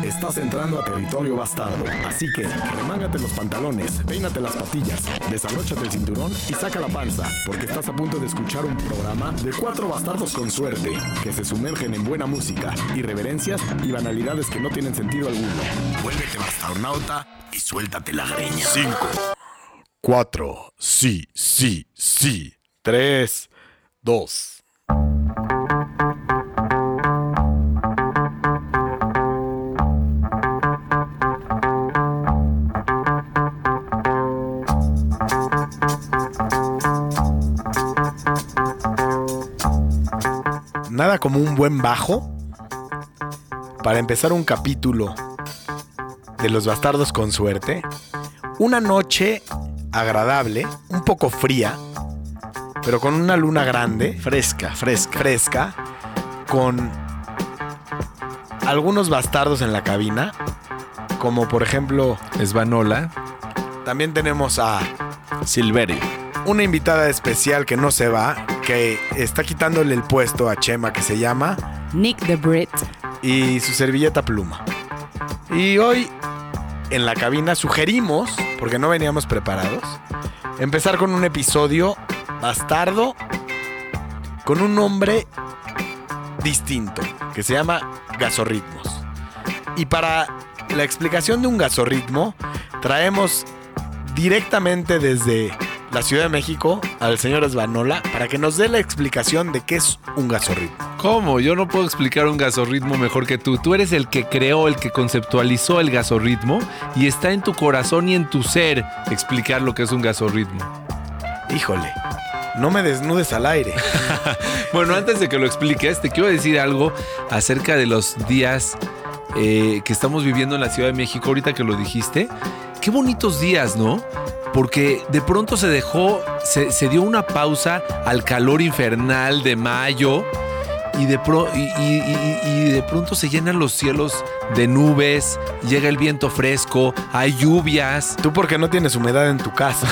Estás entrando a territorio bastardo, así que remángate los pantalones, peínate las patillas, desabróchate el cinturón y saca la panza, porque estás a punto de escuchar un programa de 4 bastardos con suerte, que se sumergen en buena música, irreverencias y banalidades que no tienen sentido alguno. Vuélvete bastarnauta y suéltate la greña. 5, 4, sí, 3, 2... Nada como un buen bajo para empezar un capítulo de Los Bastardos con Suerte. Una noche agradable, un poco fría, pero con una luna grande. Fresca, con algunos bastardos en la cabina, como por ejemplo Svanola. También tenemos a Silverio, una invitada especial que no se va, que está quitándole el puesto a Chema, que se llama Nick the Brit, y su servilleta Pluma. Y hoy en la cabina sugerimos, porque no veníamos preparados, empezar con un episodio bastardo con un nombre distinto, que se llama Gasorritmos. Y para la explicación de un gasorritmo traemos directamente desde la Ciudad de México al señor Svanola para que nos dé la explicación de qué es un gasorritmo. ¿Cómo? Yo no puedo explicar un gasorritmo mejor que tú. Tú eres el que creó, el que conceptualizó el gasorritmo y está en tu corazón y en tu ser explicar lo que es un gasorritmo. Híjole, no me desnudes al aire. Bueno, antes de que lo expliques, te quiero decir algo acerca de los días que estamos viviendo en la Ciudad de México. Ahorita que lo dijiste, qué bonitos días, ¿no? Porque de pronto se dio una pausa al calor infernal de mayo y de pronto se llenan los cielos de nubes, llega el viento fresco, hay lluvias. Tú porque no tienes humedad en tu casa.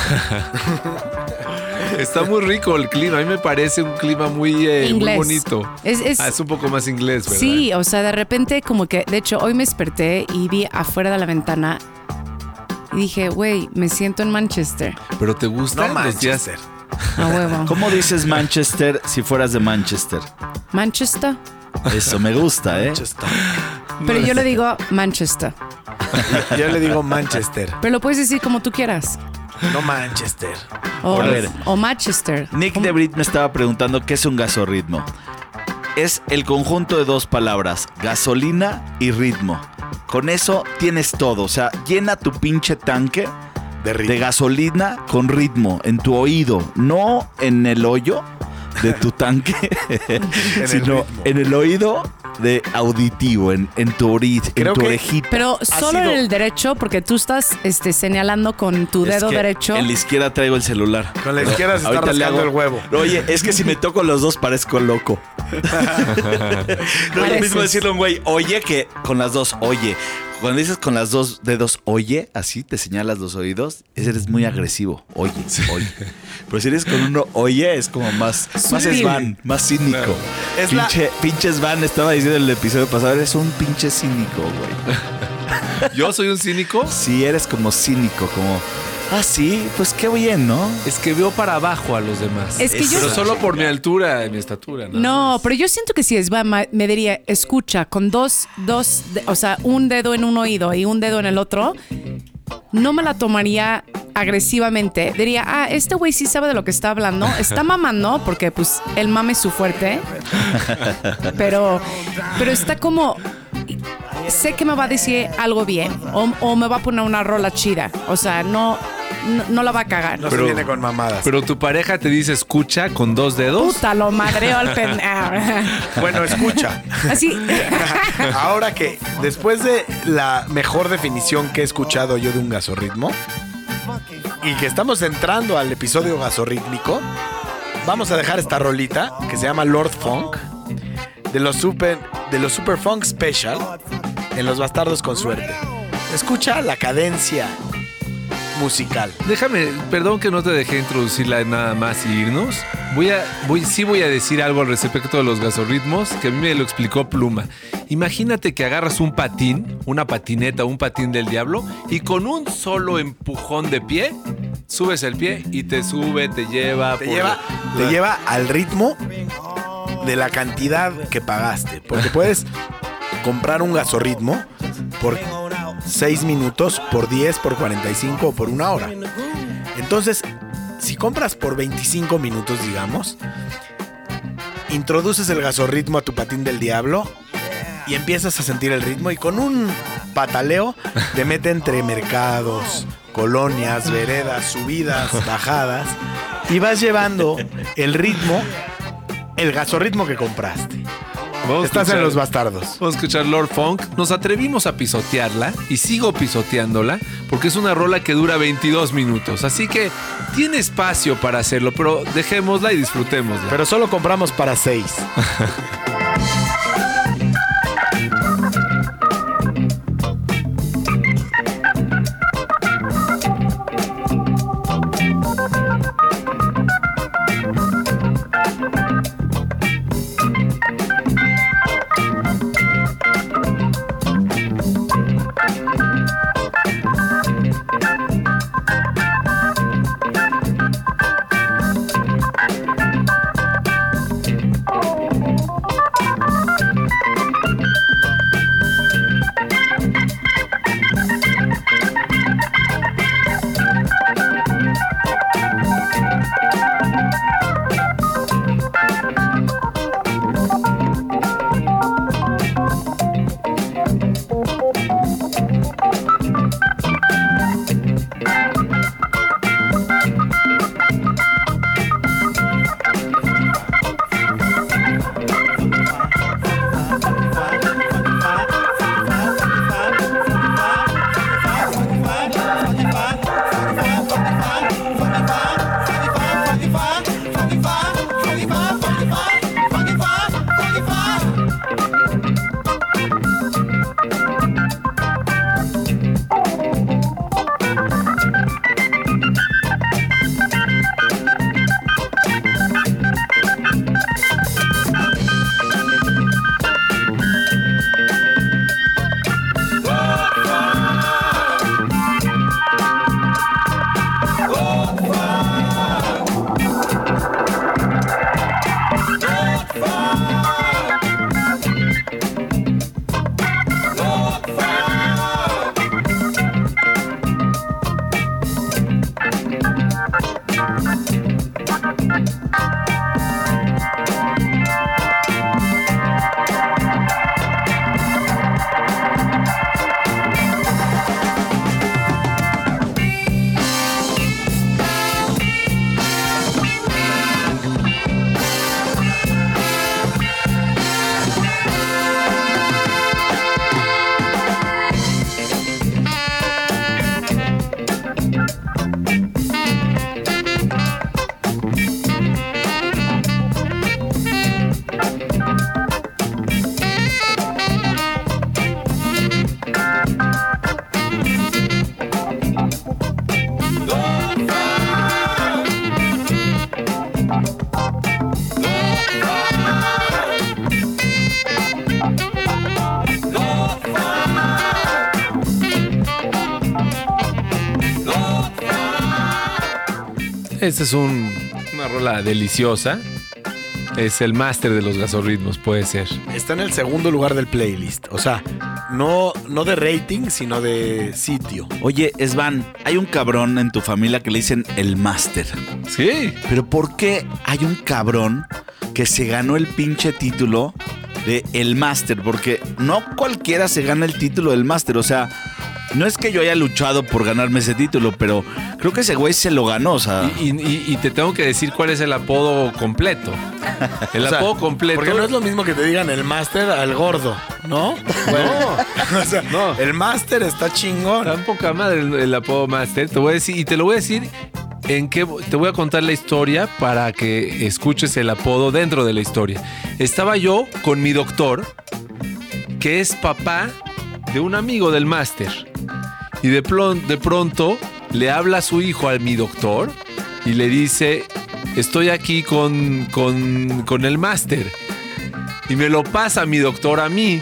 Está muy rico el clima, a mí me parece un clima muy bonito. Es un poco más inglés, ¿verdad? Sí, o sea, de repente como que, de hecho, hoy me desperté y vi afuera de la ventana y dije, güey, me siento en Manchester. ¿Pero te gusta? No, Manchester. A huevo. ¿Cómo dices Manchester si fueras de Manchester? Manchester. Eso me gusta, Manchester. Pero yo le digo Manchester. Yo le digo Manchester. Pero lo puedes decir como tú quieras. No Manchester. O Manchester. Nick de Brit me estaba preguntando qué es un gasorritmo. Es el conjunto de dos palabras, gasolina y ritmo. Con eso tienes todo, o sea, llena tu pinche tanque de gasolina con ritmo en tu oído, no en el hoyo de tu tanque, sino en el oído de auditivo, en tu orejita. Pero solo en el derecho, porque tú estás señalando con tu dedo derecho. En la izquierda traigo el celular. Con la izquierda se está rascando el huevo. Oye, es que si me toco los dos parezco loco. No es lo mismo decirle a un güey, oye, que con las dos, oye. Cuando dices con las dos dedos, oye, así te señalas los oídos, eres muy agresivo. Oye, oye. Pero si eres con uno, oye, es como más Svan, más cínico. Claro. Pinche Svan estaba diciendo en el episodio pasado, eres un pinche cínico, güey. ¿Yo soy un cínico? Sí, eres como cínico, como... Ah, sí, pues qué bien, ¿no? Es que veo para abajo a los demás. Es que pero solo por mi altura y mi estatura. No, pero yo siento que si me diría, escucha, con dos, o sea, un dedo en un oído y un dedo en el otro, no me la tomaría agresivamente. Diría, este güey sí sabe de lo que está hablando. Está mamando, porque pues el mame es su fuerte. Pero está como... Sé que me va a decir algo bien o me va a poner una rola chida. O sea, no la va a cagar. No se viene con mamadas. Pero tu pareja te dice escucha con dos dedos. Puta, lo madreo al pendejo. Bueno, escucha. Así. Ahora que después de la mejor definición que he escuchado yo de un gasorritmo y que estamos entrando al episodio gasorrítmico, vamos a dejar esta rolita que se llama Lord Funk de los Super Funk Special en Los Bastardos con Suerte. Escucha la cadencia musical. Déjame, perdón que no te dejé introducirla nada más y irnos. Voy a decir algo al respecto de los gasorritmos que a mí me lo explicó Pluma. Imagínate que agarras un patín, una patineta, un patín del diablo y con un solo empujón de pie, subes el pie y te sube, te lleva. Te lleva al ritmo de la cantidad que pagaste. Porque puedes comprar un gasorritmo por 6 minutos, por 10, por 45 o por 1 hora. Entonces, si compras por 25 minutos, digamos, introduces el gasorritmo a tu patín del diablo y empiezas a sentir el ritmo y con un pataleo te mete entre mercados, colonias, veredas, subidas, bajadas y vas llevando el ritmo, el gasorritmo que compraste. Estás en Los Bastardos. Vamos a escuchar Lord Funk. Nos atrevimos a pisotearla y sigo pisoteándola porque es una rola que dura 22 minutos. Así que tiene espacio para hacerlo, pero dejémosla y disfrutémosla. Pero solo compramos para 6. Esta es una rola deliciosa. Es el máster de los gasorritmos, puede ser. Está en el segundo lugar del playlist. O sea, no de rating, sino de sitio. Oye, Svan, hay un cabrón en tu familia que le dicen el máster. Sí. Pero ¿por qué hay un cabrón que se ganó el pinche título de el máster? Porque no cualquiera se gana el título del máster. O sea, no es que yo haya luchado por ganarme ese título, pero creo que ese güey se lo ganó, o sea. Y te tengo que decir cuál es el apodo completo. El apodo completo. Porque no es lo mismo que te digan el máster al gordo, ¿no? Bueno, no. O sea, no. El máster está chingón. Está poca madre el apodo máster. Te voy a decir, y te lo voy a decir en que te voy a contar la historia para que escuches el apodo dentro de la historia. Estaba yo con mi doctor, que es papá de un amigo del máster. Y de pronto le habla a su hijo, a mi doctor, y le dice, estoy aquí con el máster. Y me lo pasa mi doctor a mí,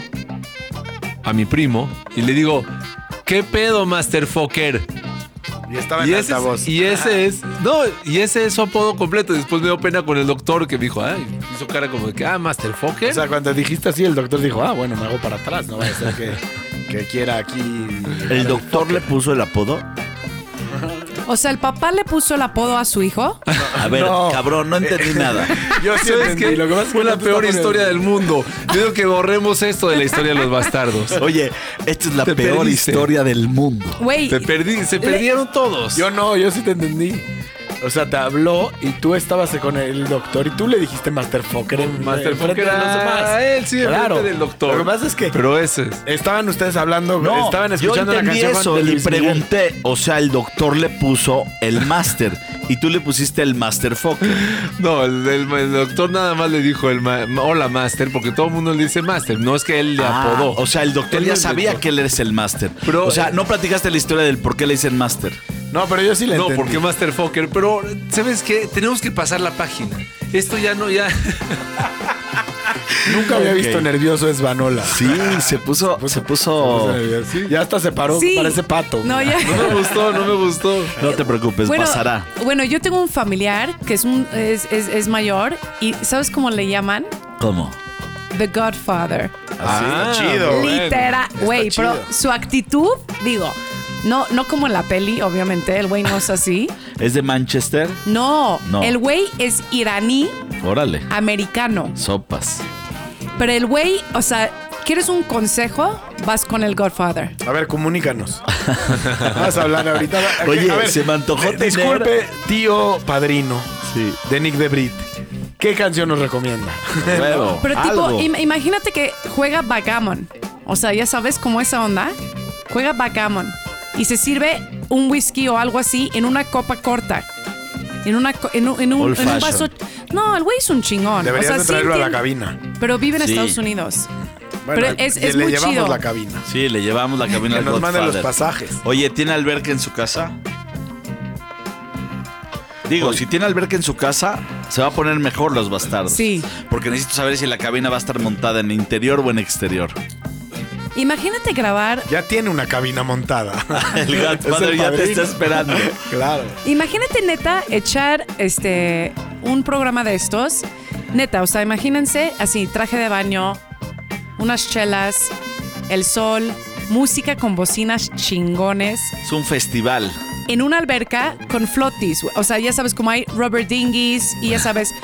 a mi primo, y le digo, ¿qué pedo, Master Fokker? Y estaba en alta voz. Y ese es su apodo completo. Después me dio pena con el doctor que me dijo, hizo cara como de que, Master Fokker. O sea, cuando dijiste así, el doctor dijo, bueno, me hago para atrás, no vaya a ser que quiera aquí. ¿El doctor le puso el apodo? O sea, ¿el papá le puso el apodo a su hijo? A ver, No. cabrón, no entendí nada. Yo sí ¿Sabes entendí. qué? Lo que pasa es que Fue la no te peor está historia poniendo- del mundo. Yo digo que borremos esto de la historia de los bastardos. Oye, esta es la Te peor perdiste. historia del mundo. Güey, Se perdieron todos. Yo no, yo sí te entendí. O sea, te habló y tú estabas con el doctor y tú le dijiste Master Fokker en Master enfrente Fokker de los demás. a él, sí, enfrente del doctor. Lo que pasa es que Pero ese es. estaban ustedes hablando, No, estaban yo escuchando la entendí canción eso de y Luis Miguel. pregunté, o sea, el doctor le puso el máster y tú le pusiste el Master Fokker. No, el doctor nada más le dijo hola, Master, porque todo el mundo le dice Master. No es que él le apodó. O sea, el doctor Él ya lo sabía inventó. que él es el máster. Pero, o sea, no platicaste la historia del por qué le dicen máster. No, pero yo sí le No, entendí. porque Master Fokker. Pero, ¿sabes qué? Tenemos que pasar la página. Esto ya no, ya. Nunca había Ok. visto nervioso Esvanola. Sí, se puso. Sí, ya hasta se paró, sí. parece pato. No, ya. No me gustó. No te preocupes, pasará. Bueno, yo tengo un familiar que es mayor y ¿sabes cómo le llaman? ¿Cómo? The Godfather. Así está chido. bueno. Literal, güey, Está pero chido. su actitud, digo, no como en la peli, obviamente, el güey no es así. ¿Es de Manchester? No, No. el güey es iraní Órale. americano. Sopas. Pero el güey, o sea, ¿quieres un consejo? Vas con el Godfather. A ver, comunícanos. Vas a hablar ahorita. Oye, A ver, se me antojó tener- Disculpe, tío padrino Sí. de Nick de Brit. ¿Qué canción nos recomienda? Huevo. Pero tipo, algo. imagínate que juega backgammon. O sea, ya sabes cómo esa onda. Juega backgammon. Y se sirve un whisky o algo así en una copa corta. En un Old vaso. fashion. No, el güey es un chingón. Deberías o sea, de sí traerlo a la entiende- cabina. Pero vive en Sí. Estados Unidos. Bueno, Pero es le muy llevamos chido. la cabina. Sí, le llevamos la cabina Que al nos mande los Godfather. pasajes. Oye, ¿tiene alberca en su casa? Digo, si tiene alberca en su casa, se va a poner mejor los bastardos. Sí. Porque necesito saber si la cabina va a estar montada en interior o en exterior. Imagínate grabar. Ya tiene una cabina montada. El Es Godfather el ya te padrino. está esperando. Claro. Imagínate, neta, echar un programa de estos. Neta, o sea, imagínense así, traje de baño, unas chelas, el sol, música con bocinas chingones, Es un festival. en una alberca con flotis. O sea, ya sabes cómo hay rubber dinghies y ya sabes,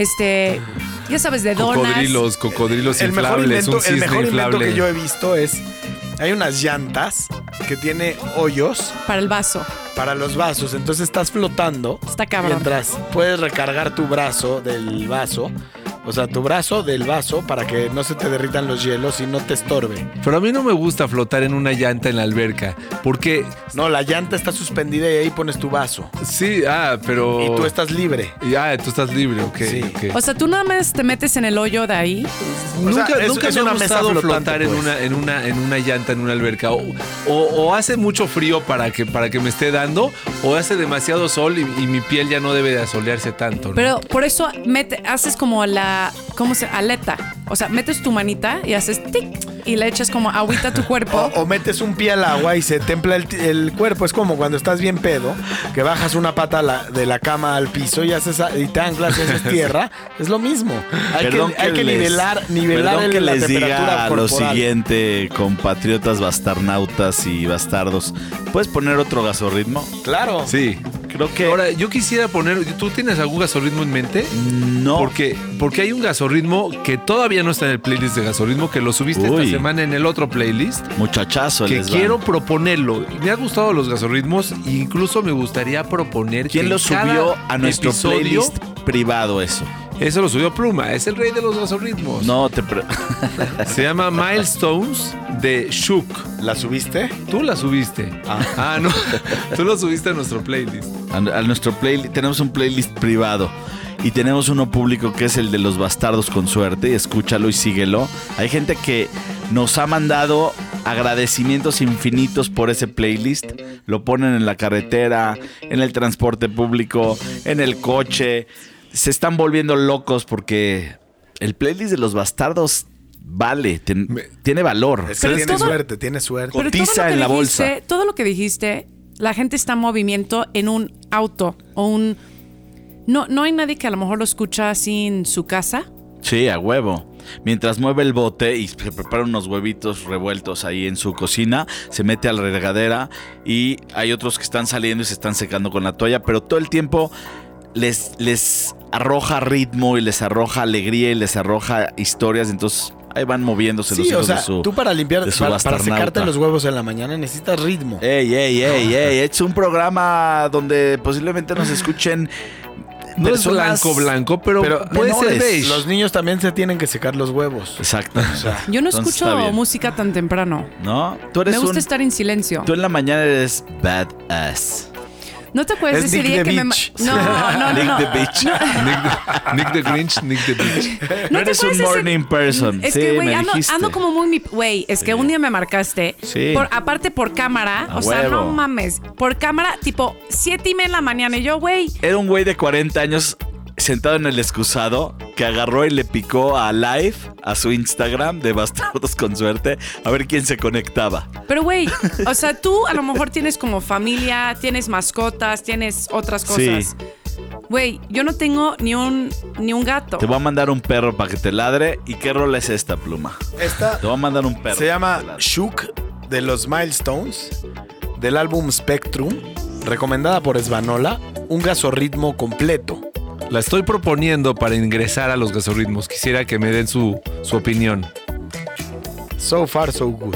ya sabes de donas. Cocodrilos El mejor inflables, un invento, el cisne mejor invento inflable. que yo he visto es... Hay unas llantas que tiene hoyos Para el vaso. para los vasos. Entonces estás flotando. Está cabrón. Mientras puedes recargar tu brazo del vaso. O sea, tu brazo del vaso para que no se te derritan los hielos y no te estorbe. Pero a mí no me gusta flotar en una llanta en la alberca. Porque, No, la llanta está suspendida y ahí pones tu vaso. sí, pero... Y tú estás libre. Tú estás libre, ok. Sí. ok. O sea, tú nada más te metes en el hoyo de ahí. Nunca, o sea, es- nunca es me una ha mesa gustado flotante, flotar pues. en una llanta, en una alberca. O hace mucho frío para que me esté dando, o hace demasiado sol y mi piel ya no debe de asolearse tanto, ¿no? Pero por eso haces como aleta. O sea, metes tu manita y haces tic y le echas como agüita a tu cuerpo. O metes un pie al agua y se templa el cuerpo. Es como cuando estás bien pedo, que bajas una pata de la cama al piso y y te anclas y haces tierra. Es lo mismo. Hay que nivelar perdón que la les temperatura diga lo corporal. siguiente, compatriotas bastarnautas y bastardos. ¿Puedes poner otro gasorritmo? Claro. Sí. Creo que Ahora, yo quisiera poner... ¿Tú tienes algún gasorritmo en mente? no. Porque hay un gasorritmo que todavía no está en el playlist de gasorritmo, que lo subiste Uy. esta semana en el otro playlist, Muchachazo, que les van. quiero proponerlo. Me ha gustado los gasorritmos e incluso me gustaría proponer ¿Quién que lo en cada subió a nuestro episodio- playlist privado eso? Eso lo subió Pluma, es el rey de los gasorritmos. No, Se llama Milestones de Shook. ¿La subiste? Tú la subiste. No. Tú lo subiste a nuestro playlist. a nuestro playlist. Tenemos un playlist privado. Y tenemos uno público que es el de los bastardos con suerte. Escúchalo y síguelo. Hay gente que nos ha mandado agradecimientos infinitos por ese playlist. Lo ponen en la carretera, en el transporte público, en el coche. Se están volviendo locos porque el playlist de Los Bastardos tiene valor. Es que Pero tiene todo- suerte, tiene suerte. Pero Cotiza en la bolsa. Todo lo que dijiste, la gente está en movimiento en un auto o un... No hay nadie que a lo mejor lo escucha así en su casa. Sí, a huevo. Mientras mueve el bote y se prepara unos huevitos revueltos ahí en su cocina, se mete a la regadera y hay otros que están saliendo y se están secando con la toalla, pero todo el tiempo les arroja ritmo y les arroja alegría y les arroja historias, entonces ahí van moviéndose los Sí, o hijos sea, de su... tú para limpiar, de su para bastarnauta. secarte los huevos en la mañana necesitas ritmo. Ey, es un programa donde posiblemente nos escuchen No es personas- blanco, pero puede ser menores. beige. Los niños también se tienen que secar los huevos. Exacto. Yo no Entonces está escucho bien. música tan temprano. ¿No? Tú eres Me gusta estar en silencio. Tú en la mañana eres badass. ¿No te acuerdas Es de ese Nick día the que Beach. No. Nick the Beach. Nick the Grinch, Nick the Beach. No te eres un acuerdas ese- morning person. Es Sí, que, güey, me ando dijiste. como muy... Güey, es que un día me marcaste. Sí. Aparte por cámara. A O sea, huevo. no mames. Por cámara, tipo 7:30 de la mañana. Y yo, güey... Era un güey de 40 años sentado en el excusado que agarró y le picó a live a su Instagram de Bastardos con Suerte a ver quién se conectaba. Pero, güey, o sea, tú a lo mejor tienes como familia, tienes mascotas, tienes otras cosas. Güey, yo no tengo ni un gato. Te voy a mandar un perro para que te ladre. ¿Y qué rola es esta, Pluma? Esta Te voy a mandar un perro. se llama para que te ladre. Shook de los Milestones, del álbum Spectrum, recomendada por Svanola, un gasorritmo completo. La estoy proponiendo para ingresar a los gasorritmos. Quisiera que me den su opinión. So far, so good.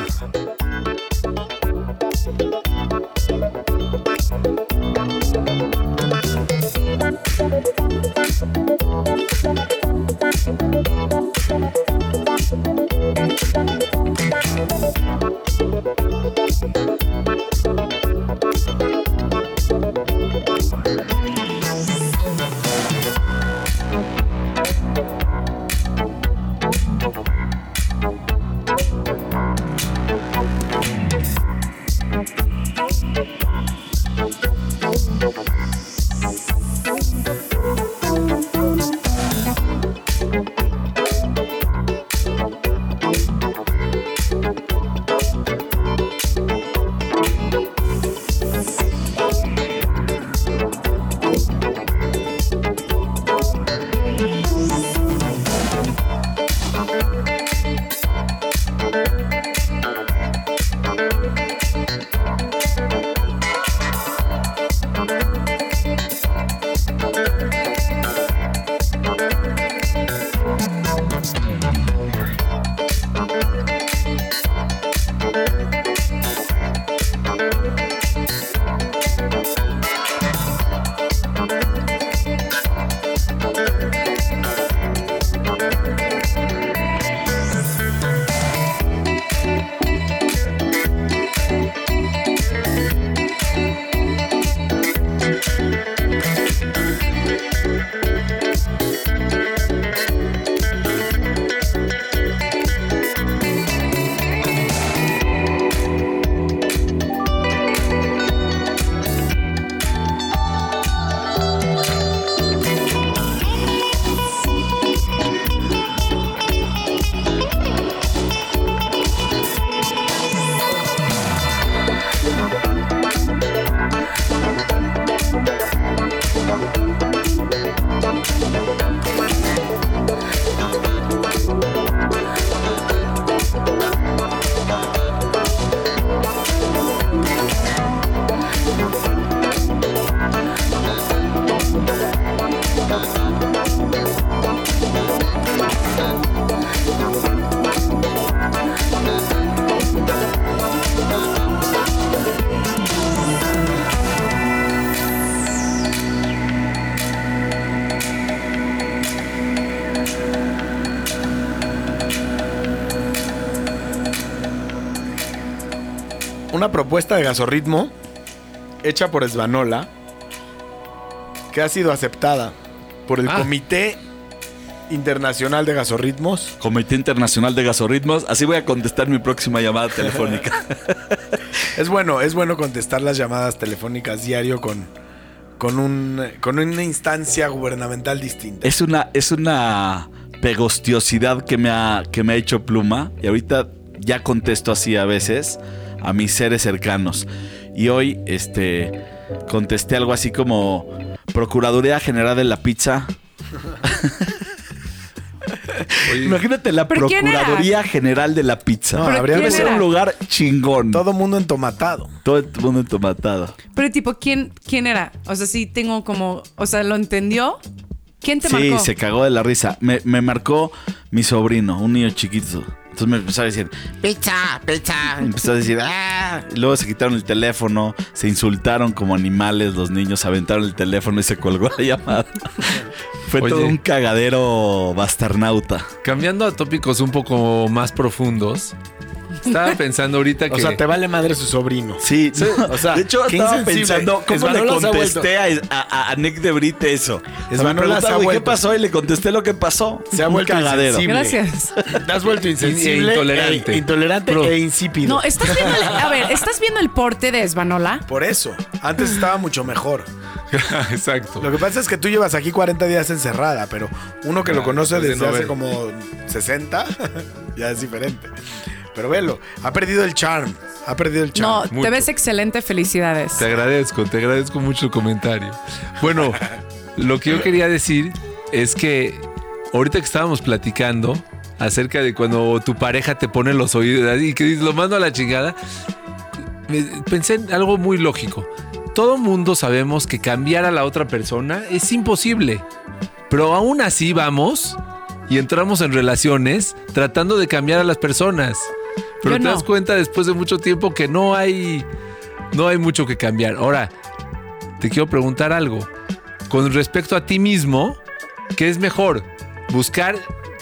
Una propuesta de gasorritmo hecha por Svanola que ha sido aceptada por el Comité Internacional de Gasorritmos. Comité Internacional de Gasorritmos. Así voy a contestar mi próxima llamada telefónica. Es bueno contestar las llamadas telefónicas diario con una instancia gubernamental distinta. Es una pegostiosidad que me ha hecho Pluma. Y ahorita ya contesto así a veces a mis seres cercanos. Y hoy contesté algo así como Procuraduría General de la Pizza. Oye, Imagínate la ¿Pero quién era? Procuraduría General de la Pizza. No, ¿Pero habría quién Debe ser era? un lugar chingón. todo mundo entomatado. Todo el mundo entomatado. Pero tipo, ¿quién era? O sea, sí tengo como... O sea, ¿lo entendió? ¿Quién te Sí, marcó? se cagó de la risa. Me marcó mi sobrino, un niño chiquito. Entonces me empezó a decir, pizza. Y empezó a decir, ¡ah! Y luego se quitaron el teléfono, se insultaron como animales los niños, aventaron el teléfono y se colgó la llamada. Fue Oye. todo un cagadero bastarnauta. cambiando a tópicos un poco más profundos, estaba pensando ahorita que... O sea, te vale madre su sobrino. Sí, no, o sea, de hecho qué estaba insensible. pensando cómo le Esvanola se ha contesté a Nick de Brit eso. O sea, me Esvanola se ha preguntaba, "¿Y ¿qué vuelto- pasó?" Y le contesté lo que pasó. Se ha Un vuelto cagadero. insensible. Gracias. Te has vuelto insensible, Intolerante. intolerante Bro. e insípido. No, ¿estás viendo el porte de Esvanola? Por eso. Antes estaba mucho mejor. Exacto. Lo que pasa es que tú llevas aquí 40 días encerrada, pero uno que lo conoce desde desde no hace ver. como 60, ya es diferente. Pero velo, ha perdido el charm. Ha perdido el No, charm. mucho. te ves excelente, felicidades. Te agradezco mucho el comentario. Bueno, lo que yo quería decir es que ahorita que estábamos platicando acerca de cuando tu pareja te pone los oídos y que dices, lo mando a la chingada, pensé en algo muy lógico. Todo mundo sabemos que cambiar a la otra persona es imposible, pero aún así vamos y entramos en relaciones tratando de cambiar a las personas. Pero Yo te no. das cuenta después de mucho tiempo que no hay mucho que cambiar. Ahora, te quiero preguntar algo. Con respecto a ti mismo, ¿qué es mejor? ¿Buscar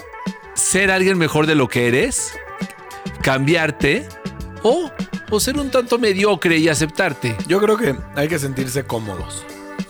ser alguien mejor de lo que eres? ¿Cambiarte? ¿O ser un tanto mediocre y aceptarte? Yo creo que hay que sentirse cómodos.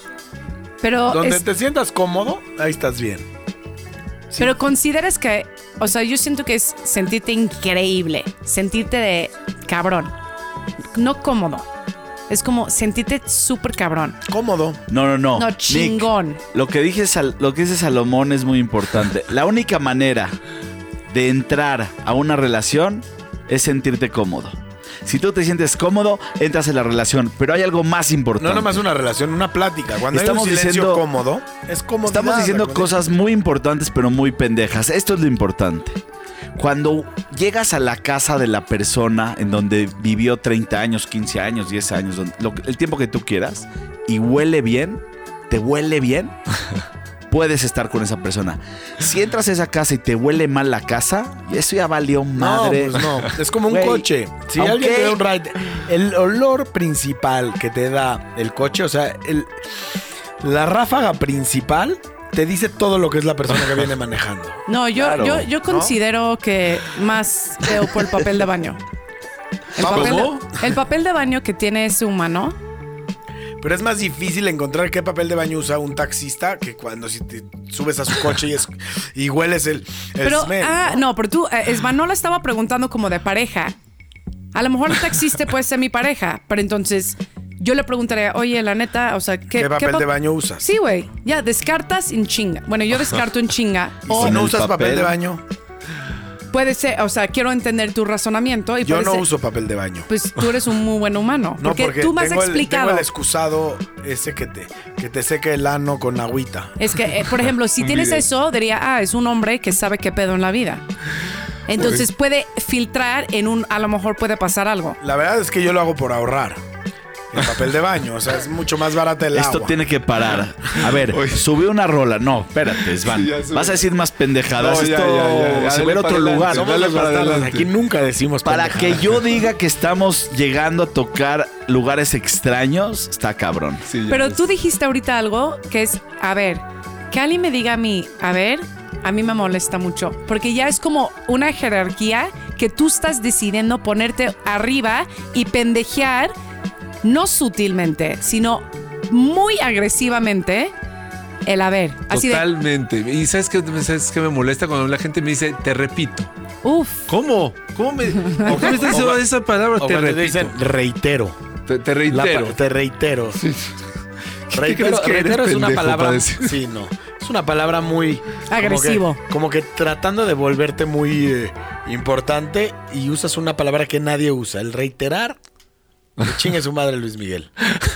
Pero, Donde te sientas cómodo, ahí estás bien. pero consideras que, o sea, yo siento que es sentirte increíble, sentirte de cabrón, no cómodo. Es como sentirte súper cabrón. Cómodo. No. No, Nick, chingón. lo que dice Salomón es muy importante. La única manera de entrar a una relación es sentirte cómodo. Si tú te sientes cómodo, entras en la relación. Pero hay algo más importante. No nomás una relación, una plática. Cuando Estamos hay un silencio diciendo- cómodo, es cómodo. Estamos diciendo cosas muy importantes, pero muy pendejas. Esto es lo importante. Cuando llegas a la casa de la persona en donde vivió 30 años, 15 años, 10 años, el tiempo que tú quieras, y huele bien, te huele bien, puedes estar con esa persona. Si entras a esa casa y te huele mal la casa, eso ya valió madre. No, pues no. Es como un Güey, coche. Si aunque- alguien te da un ride, el olor principal que te da el coche, o sea, la ráfaga principal te dice todo lo que es la persona que viene manejando. No, Claro, yo considero que más veo por el papel de baño. ¿Cómo? El papel de baño que tiene ese humano. Pero es más difícil encontrar qué papel de baño usa un taxista que cuando si te subes a su coche y hueles el Pero, smell. no, pero tú, Esvanola estaba preguntando como de pareja. A lo mejor el taxista puede ser mi pareja, pero entonces yo le preguntaría, oye, la neta, o sea, ¿Qué papel de baño usas? Sí, güey, ya, descartas en chinga. Bueno, yo descarto en chinga. O Si no el usas papel papel de baño, puede ser, o sea, quiero entender tu razonamiento. Y yo puede no ser- uso papel de baño. Pues tú eres un muy buen humano. No, porque tú me has tengo explicado. el excusado ese que te seca el ano con agüita. Es que, por ejemplo, si tienes Bien. eso, diría, es un hombre que sabe qué pedo en la vida. Entonces puede filtrar a lo mejor puede pasar algo. La verdad es que yo lo hago por ahorrar. El papel de baño, o sea, es mucho más barato el Esto agua. tiene que parar. A ver, Oye. subí una rola. No, espérate, Svan. Sí, ya sube. Vas a decir más pendejadas. No, ya, Esto ya. se Dale ve en para otro adelante. lugar. Somos Dale Dale para para adelante. adelante. Aquí nunca decimos Para pendejadas. que yo diga que estamos llegando a tocar lugares extraños, está cabrón. Sí, ya Pero ves. tú dijiste ahorita algo que es, a ver, que alguien me diga a mí, a mí me molesta mucho. Porque ya es como una jerarquía que tú estás decidiendo ponerte arriba y pendejear, no sutilmente, sino muy agresivamente El haber. Así Totalmente. Y ¿sabes qué me molesta cuando la gente me dice, te repito? Uf. ¿Cómo? ¿Cómo me estás diciendo esa palabra? O Te cuando repito. dicen reitero. Te reitero. Te reitero. ¿Qué crees que eres, reitero es una pendejo, palabra. para decir? Sí, no. Es una palabra muy Agresivo. Como que tratando de volverte muy importante y usas una palabra que nadie usa. El reiterar. Que chingue su madre Luis Miguel.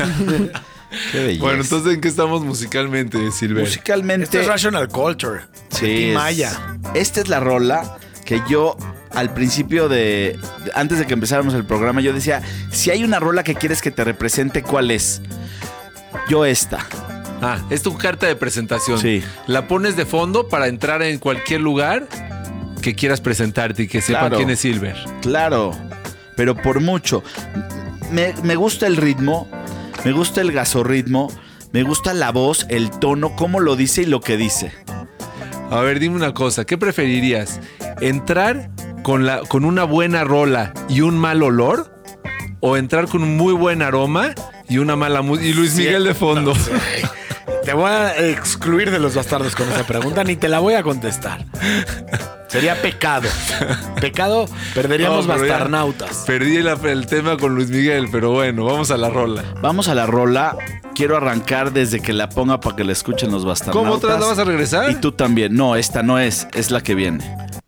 Qué belleza. Bueno, entonces, ¿en qué estamos musicalmente, Silver? Musicalmente. Esto es Rational Culture. Sí, de Tim es- Maya. Esta es la rola que yo al principio antes de que empezáramos el programa, yo decía, si hay una rola que quieres que te represente, ¿cuál es? Yo esta. Ah, es tu carta de presentación. Sí. La pones de fondo para entrar en cualquier lugar que quieras presentarte y que sepan Claro. quién es Silver. Claro, pero por mucho. Me gusta el ritmo, me gusta el gasorritmo, me gusta la voz, el tono, cómo lo dice y lo que dice. A ver, dime una cosa, ¿qué preferirías? ¿Entrar con una buena rola y un mal olor? ¿O entrar con un muy buen aroma y una mala música? Y Luis Miguel de fondo. Te voy a excluir de los bastardos con esa pregunta, ni te la voy a contestar. Sería pecado. Pecado, perderíamos No, pero ya bastarnautas. Perdí el tema con Luis Miguel, pero bueno, vamos a la rola. Vamos a la rola. Quiero arrancar desde que la ponga para que la escuchen los bastarnautas. ¿Cómo otra vez la vas a regresar? Y tú también. No, esta no es la que viene.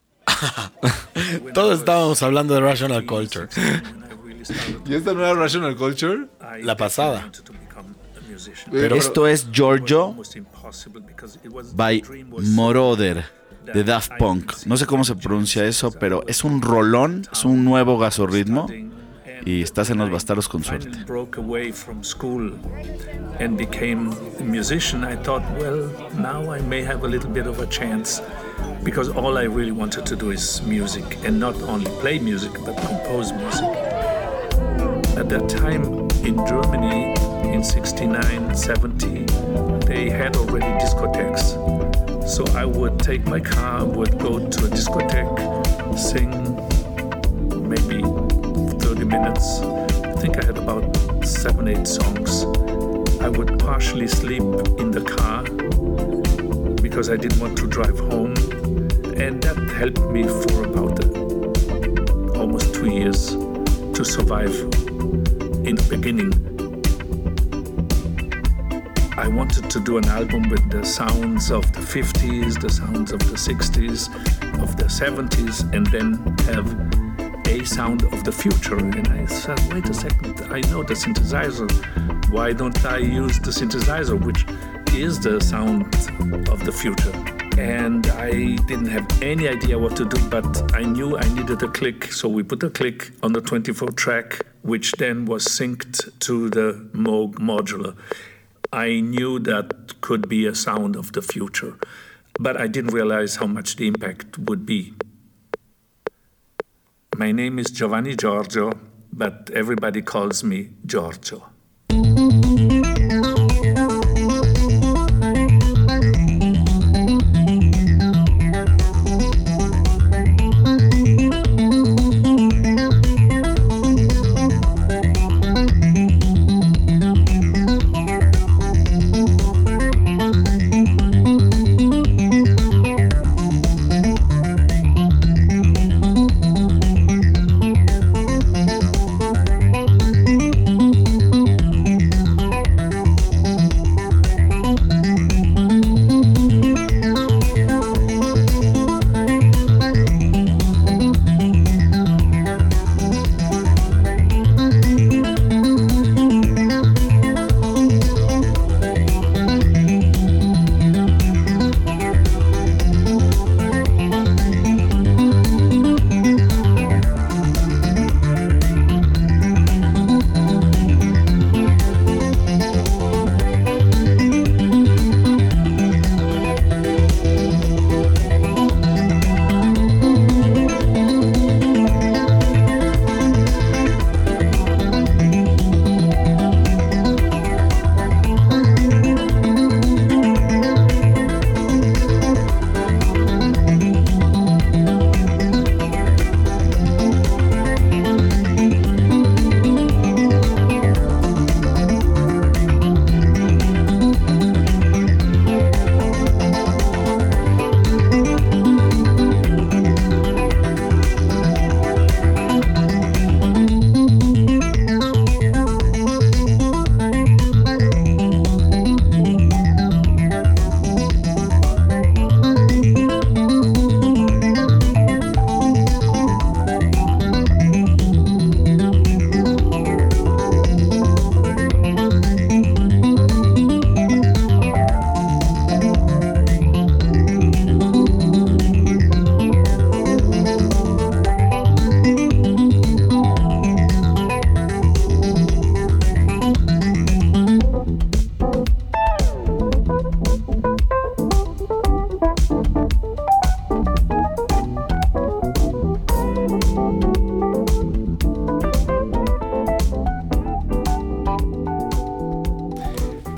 Todos estábamos hablando de Rational Culture. ¿Y esta no era Rational Culture? La pasada. Pero Esto es Giorgio by Moroder de Daft Punk. No sé cómo se pronuncia eso, pero es un rolón, es un nuevo gasorritmo y estás en los bastardos con suerte. Finally broke away from school and became a musician, I thought, well, now I may have a little bit of a chance because all I really wanted to do is music and not only play music but compose music. At that time in Germany in 69, 70, they had already discotheques. So I would take my car, would go to a discotheque, sing maybe 30 minutes. I think I had about 7-8 songs. I would partially sleep in the car because I didn't want to drive home. And that helped me for about almost 2 years to survive in the beginning. I wanted to do an album with the sounds of the 50s, the sounds of the 60s, of the 70s, and then have a sound of the future. And I said, wait a second, I know the synthesizer. Why don't I use the synthesizer, which is the sound of the future? And I didn't have any idea what to do, but I knew I needed a click. So we put a click on the 24 track, which then was synced to the Moog modular. I knew that could be a sound of the future, but I didn't realize how much the impact would be. My name is Giovanni Giorgio, but everybody calls me Giorgio.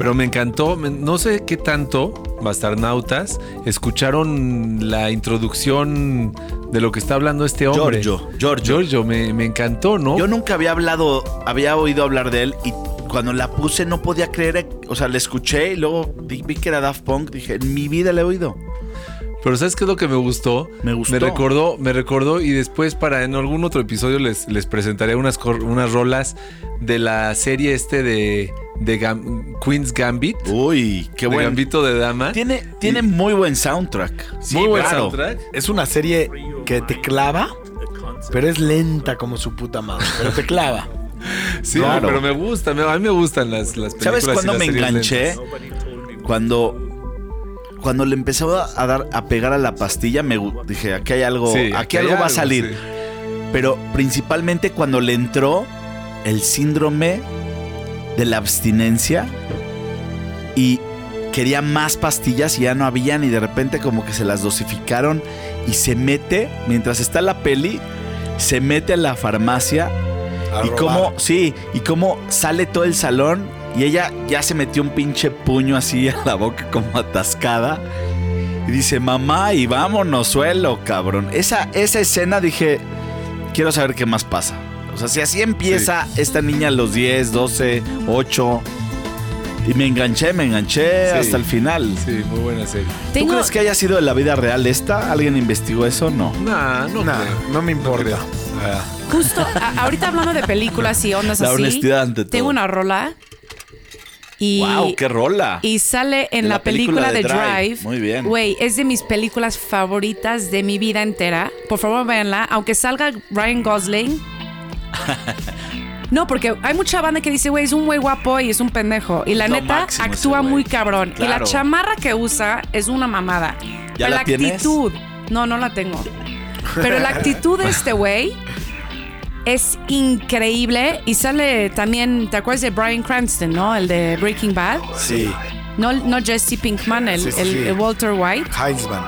Pero me encantó, no sé qué tanto, bastarnautas, escucharon la introducción de lo que está hablando este hombre. Giorgio, me encantó, ¿no? Yo nunca había oído hablar de él y cuando la puse no podía creer, o sea, la escuché y luego vi que era Daft Punk, dije, en mi vida la he oído. Pero ¿sabes qué es lo que me gustó? Me gustó. Me recordó y después en algún otro episodio les presentaré unas rolas de la serie de Queen's Gambit. Uy, qué bueno. Gambito de Dama. Tiene muy buen soundtrack. Sí, muy buen soundtrack. Es una serie que te clava, pero es lenta como su puta madre. Pero te clava. Sí, claro. Pero me gusta. A mí me gustan las películas. ¿Sabes cuándo me enganché? Lentas. Cuando le empezó a pegar a la pastilla, dije, aquí hay algo, sí, aquí algo va a salir. Sí. Pero principalmente cuando le entró el síndrome de la abstinencia y quería más pastillas y ya no habían y de repente como que se las dosificaron y se mete, mientras está la peli, se mete a la farmacia y cómo sale todo el salón. Y ella ya se metió un pinche puño así a la boca como atascada. Y dice, mamá, y vámonos, suelo, cabrón. Esa escena dije, quiero saber qué más pasa. O sea, si así empieza esta niña a los 10, 12, 8. Y me enganché hasta el final. Sí, muy buena serie. ¿Tú crees que haya sido de la vida real esta? ¿Alguien investigó eso? No. No me importa. Justo, ahorita hablando de películas y ondas La así. honestidad ante todo. Tengo una rola. Y, ¡Wow! ¡Qué rola! Y sale en la película de Drive. Muy bien. Güey, es de mis películas favoritas de mi vida entera. Por favor, véanla. Aunque salga Ryan Gosling. No, porque hay mucha banda que dice, güey, es un güey guapo y es un pendejo. Y la neta, máximo actúa ese muy güey. cabrón. Claro. Y la chamarra que usa es una mamada. ¿Ya Pero la tienes? actitud. No la tengo. Pero la actitud de este güey es increíble. Y sale también, ¿te acuerdas de Bryan Cranston, no? El de Breaking Bad. Sí. No Jesse Pinkman, el Walter White. Heisman.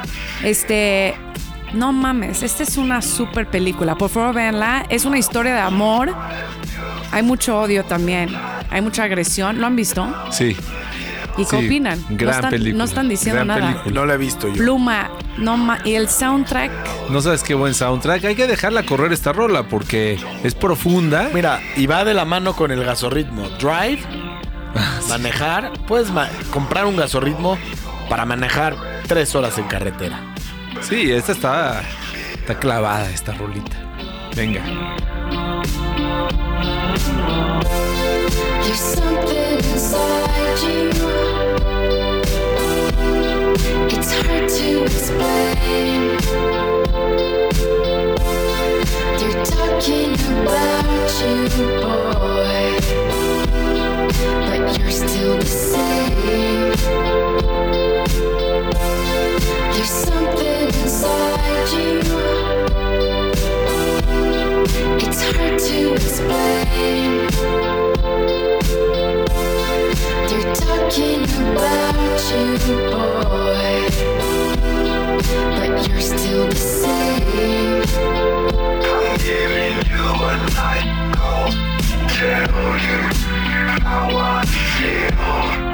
No mames, esta es una super película. Por favor, véanla. Es una historia de amor. Hay mucho odio también. Hay mucha agresión. ¿Lo han visto? Sí. ¿Y qué opinan? Gran película. No están diciendo Gran nada. película. No la he visto yo. Pluma. Y el soundtrack. No sabes qué buen soundtrack. Hay que dejarla correr esta rola porque es profunda. Mira, y va de la mano con el gasorritmo. Drive, manejar. Puedes comprar un gasorritmo para manejar 3 horas en carretera. Sí, esta está clavada, esta rolita. Venga. There's something inside you. It's hard to explain. They're talking about you, boy, but you're still the same. There's something inside you. It's hard to explain. They're talking about you, boy, but you're still the same. I'm giving you a night call, tell you how I feel.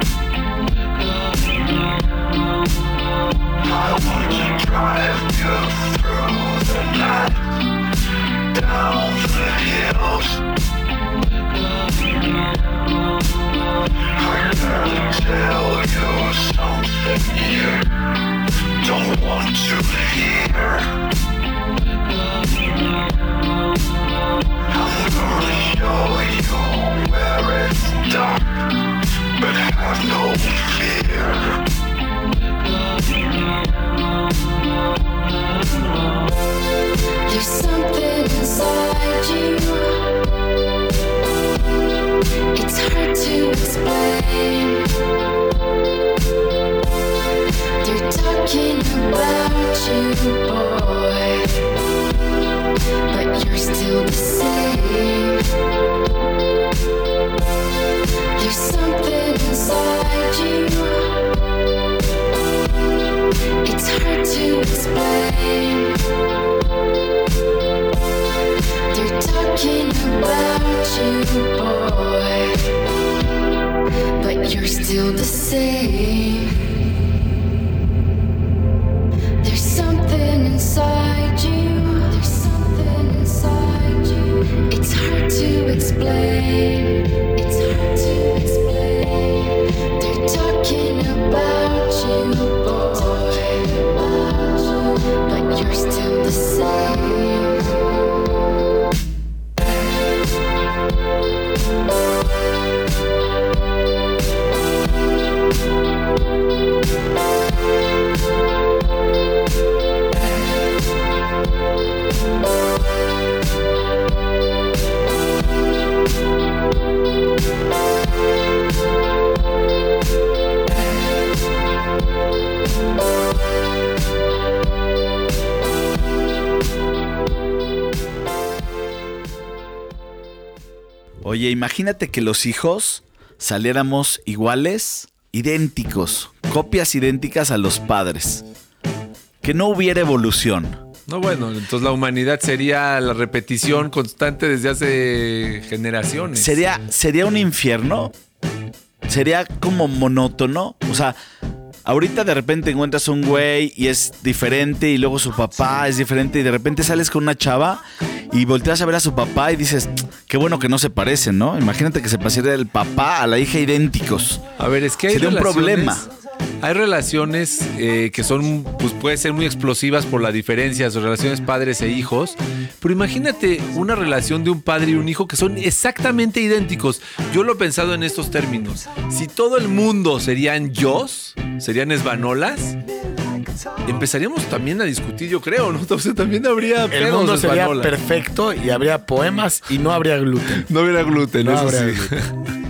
I want to drive you through the night, down the hills. I gotta tell you something you don't want to hear. I'm gonna show you where it's dark, but have no fear. There's something inside you. It's hard to explain. They're talking about you, boy, but you're still the same. There's something inside you. It's hard to explain. They're talking about you, boy, but but you're still the same. There's something inside you. There's something inside you. It's hard to explain. It's hard to explain. They're talking about you, boy, but you're still the same. Oye, imagínate que los hijos saliéramos iguales, idénticos, copias idénticas a los padres. Que no hubiera evolución. No, bueno, entonces la humanidad sería la repetición constante desde hace generaciones. ¿Sería un infierno? ¿Sería como monótono? O sea, ahorita de repente encuentras un güey y es diferente y luego su papá es diferente y de repente sales con una chava y volteas a ver a su papá y dices, qué bueno que no se parecen, ¿no? Imagínate que se pareciera el papá a la hija idénticos. A ver, es que hay sería un problema. Hay relaciones que son, pues puede ser muy explosivas por la diferencia, son relaciones padres e hijos. Pero imagínate una relación de un padre y un hijo que son exactamente idénticos. Yo lo he pensado en estos términos. Si todo el mundo serían yos, serían esbanolas, empezaríamos también a discutir, yo creo, ¿no? Entonces también habría El pedos mundo de sería esbanola. perfecto y habría poemas y no habría gluten. No habría gluten, No eso habría sí. gluten.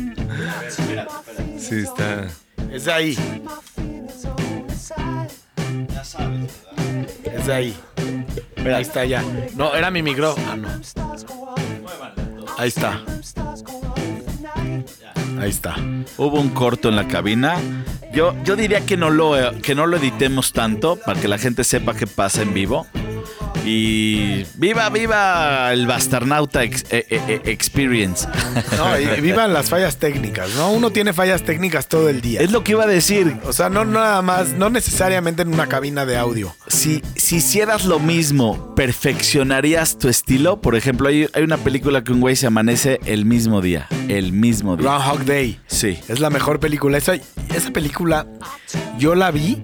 Sí, está. Es de ahí. Es de ahí. Ahí está ya. No, era mi micrófono. Ah, no. Ahí está. Ahí está. Hubo un corto en la cabina. Yo diría que no lo editemos tanto para que la gente sepa qué pasa en vivo. Y viva el Bastarnauta Experience. No, y vivan las fallas técnicas, ¿no? Uno tiene fallas técnicas todo el día. Es lo que iba a decir. O sea, no nada más, no necesariamente en una cabina de audio. Si hicieras lo mismo, ¿perfeccionarías tu estilo? Por ejemplo, hay una película que un güey se amanece el mismo día. El mismo día. Groundhog Day. Sí. Es la mejor película. Esa película yo la vi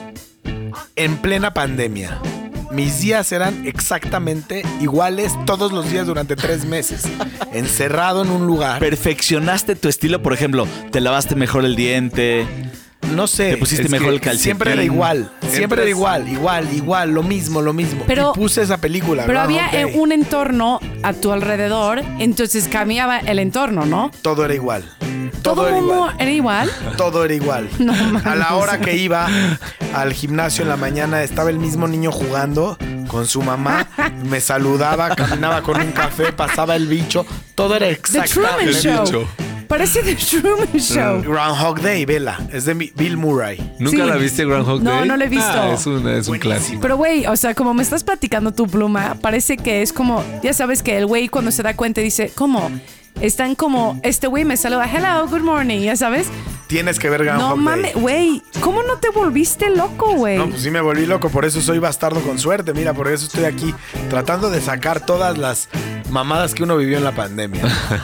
en plena pandemia. Mis días eran exactamente iguales todos los días durante 3 meses. Encerrado en un lugar. ¿Perfeccionaste tu estilo? Por ejemplo, ¿te lavaste mejor el diente? No sé. ¿Te pusiste es mejor que el calcetín? Siempre era igual. Siempre era igual. Lo mismo. Pero- y puse esa película. Pero Groundhog había Day. un entorno a tu alrededor, entonces cambiaba el entorno, ¿no? Todo era igual. Todo el mundo era igual. Todo era igual. No mames. A la hora que iba al gimnasio en la mañana estaba el mismo niño jugando con su mamá, me saludaba, caminaba con un café, pasaba el bicho, todo era The Truman exactamente. Show. Parece The Truman Show. Groundhog Day, vela, es de Bill Murray. ¿Nunca Sí. la viste Groundhog No, Day? no la he visto. Ah, es un clásico. Pero güey, o sea, como me estás platicando tu pluma, parece que es como, ya sabes que el güey cuando se da cuenta dice, ¿cómo? Están como, este güey me saluda, hello, good morning, ya sabes. Tienes que ver Groundhog No Day. mames, güey, ¿cómo no te volviste loco, güey? No, pues sí me volví loco, por eso soy bastardo con suerte. Mira, por eso estoy aquí tratando de sacar todas las mamadas que uno vivió en la pandemia.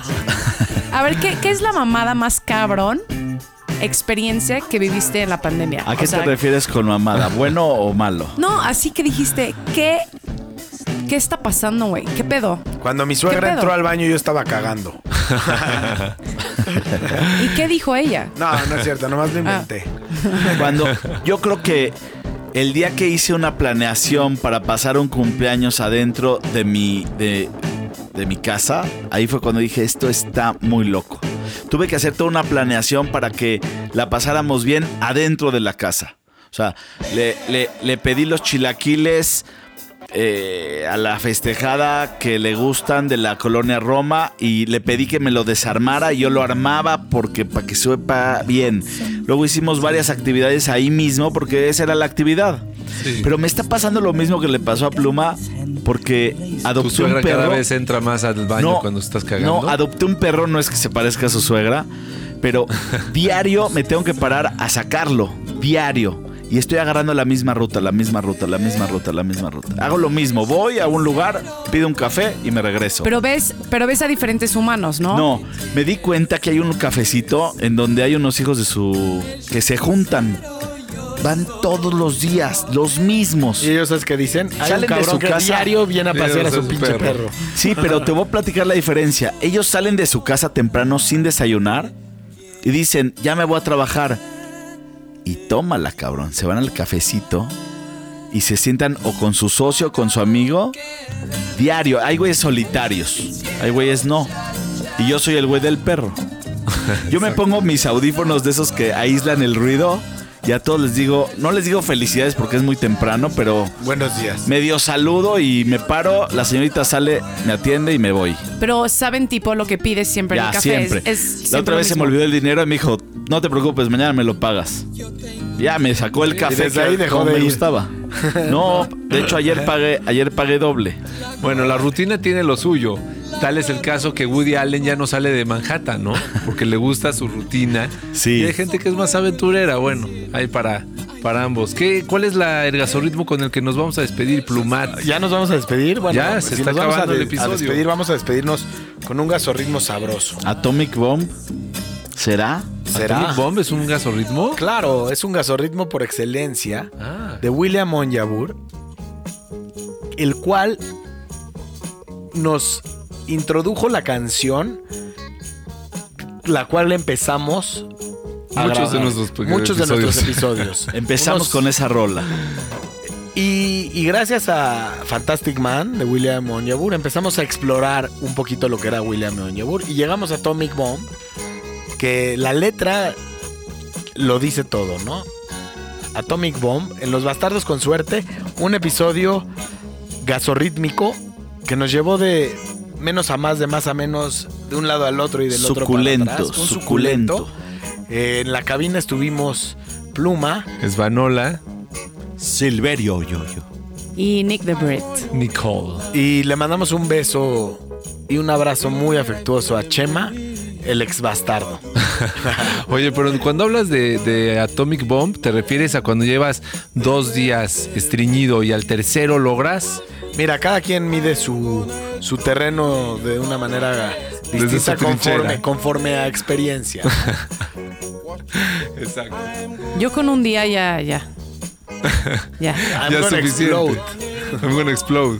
A ver, ¿qué es la mamada más cabrón experiencia que viviste en la pandemia? ¿A qué O sea, te refieres con mamada? ¿Bueno o malo? No, así que dijiste, ¿qué está pasando, güey? ¿Qué pedo? Cuando mi ¿Qué suegra pedo? entró al baño yo estaba cagando. ¿Y qué dijo ella? No, no es cierto, nomás lo inventé. Cuando yo creo que el día que hice una planeación para pasar un cumpleaños adentro de mi casa, ahí fue cuando dije, esto está muy loco. Tuve que hacer toda una planeación para que la pasáramos bien adentro de la casa. O sea, le pedí los chilaquiles a la festejada que le gustan de la colonia Roma y le pedí que me lo desarmara y yo lo armaba para que sepa bien. Luego hicimos varias actividades ahí mismo porque esa era la actividad. Sí. Pero me está pasando lo mismo que le pasó a Pluma porque Tu adopté suegra un perro. cada vez entra más al baño cuando estás cagando. No, adopté un perro, no es que se parezca a su suegra, Pero diario me tengo que parar a sacarlo. Diario. Y estoy agarrando la misma ruta. Hago lo mismo. Voy a un lugar, pido un café y me regreso. Pero ves a diferentes humanos, ¿no? No, me di cuenta que hay un cafecito en donde hay unos hijos que se juntan. Van todos los días, los mismos. ¿Y ellos sabes qué dicen? Hay Salen un de cabrón su que casa. diario viene a pasear a Ellos su es pinche perro. Sí, pero te voy a platicar la diferencia. Ellos salen de su casa temprano sin desayunar y dicen, ya me voy a trabajar. Y tómala, cabrón. Se van al cafecito y se sientan o con su socio o con su amigo diario. Hay güeyes solitarios, hay güeyes no. Y yo soy el güey del perro. Yo me pongo mis audífonos de esos que aíslan el ruido y a todos les digo, no les digo felicidades porque es muy temprano, pero Buenos días. medio saludo y me paro, la señorita sale, me atiende y me voy. Pero saben tipo lo que pides siempre en Ya, el café. siempre. Es La siempre otra lo vez se me mismo. olvidó el dinero y me dijo, no te preocupes, mañana me lo pagas. Ya me sacó el café desde ahí dejó como de me ir. gustaba. No, de hecho ayer pagué doble. Bueno, la rutina tiene lo suyo. Tal es el caso que Woody Allen ya no sale de Manhattan, ¿no? Porque le gusta su rutina. Sí. Y hay gente que es más aventurera. Bueno, hay para ambos. ¿Cuál es el gasorritmo con el que nos vamos a despedir, Plumat? ¿Ya nos vamos a despedir? Bueno, Ya, se está nos vamos acabando el a episodio. vamos a despedirnos con un gasorritmo sabroso. Atomic Bomb, ¿será? ¿Será? ¿Atomic Bomb es un gasorritmo? Claro, es un gasorritmo por excelencia Ah. de William Onyeabor, el cual nos introdujo la canción, la cual empezamos a Muchos de grabar. nuestros Muchos de episodios. nuestros episodios. Empezamos Unos- con esa rola. Y gracias a Fantastic Man de William Onyeabor empezamos a explorar un poquito lo que era William Onyeabor y llegamos a Atomic Bomb, que la letra lo dice todo, ¿no? Atomic Bomb, en Los Bastardos con Suerte, un episodio gasorrítmico que nos llevó de menos a más, de más a menos, de un lado al otro y del otro Suculento, para atrás. Un suculento. En la cabina estuvimos Pluma, Esvanola, Silverio Yoyo. Y Nick the Brit. Nicole. y le mandamos un beso y un abrazo muy afectuoso a Chema, el ex bastardo. Oye, pero cuando hablas de Atomic Bomb, ¿te refieres a cuando llevas 2 días estreñido y al tercero logras? Mira, cada quien mide su terreno de una manera Desde distinta su trinchera. conforme a experiencia. Exacto. Yo con un día ya. Ya. I'm Ya es gonna suficiente. explode. I'm gonna explode.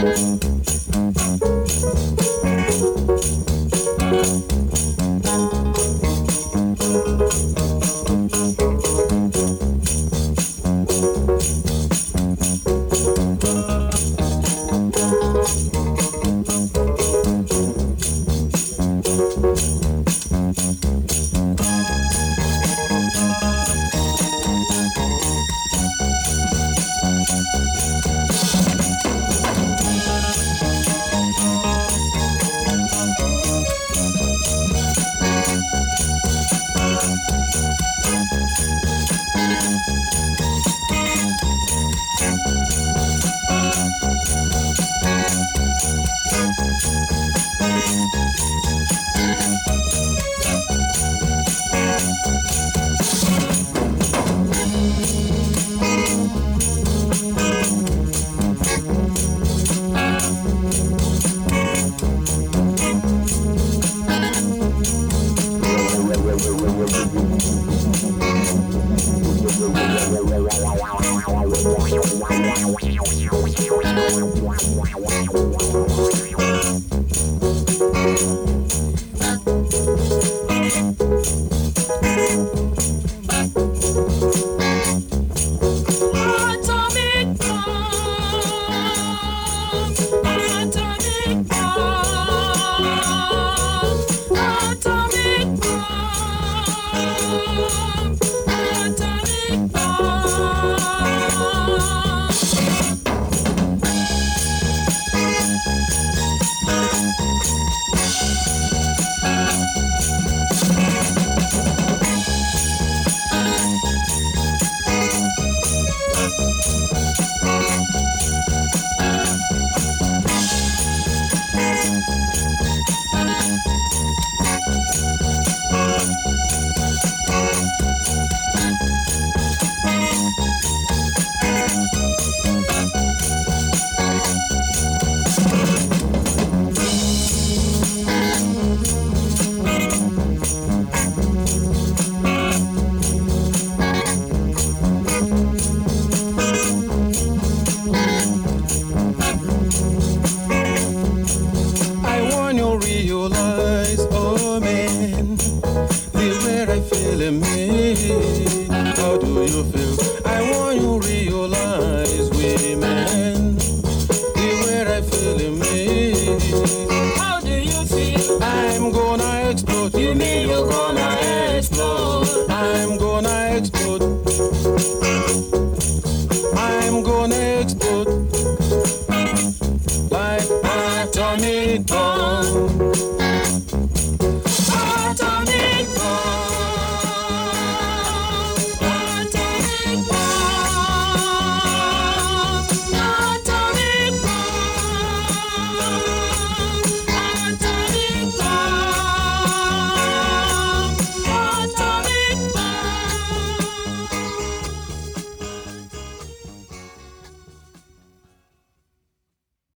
Atomic bomb.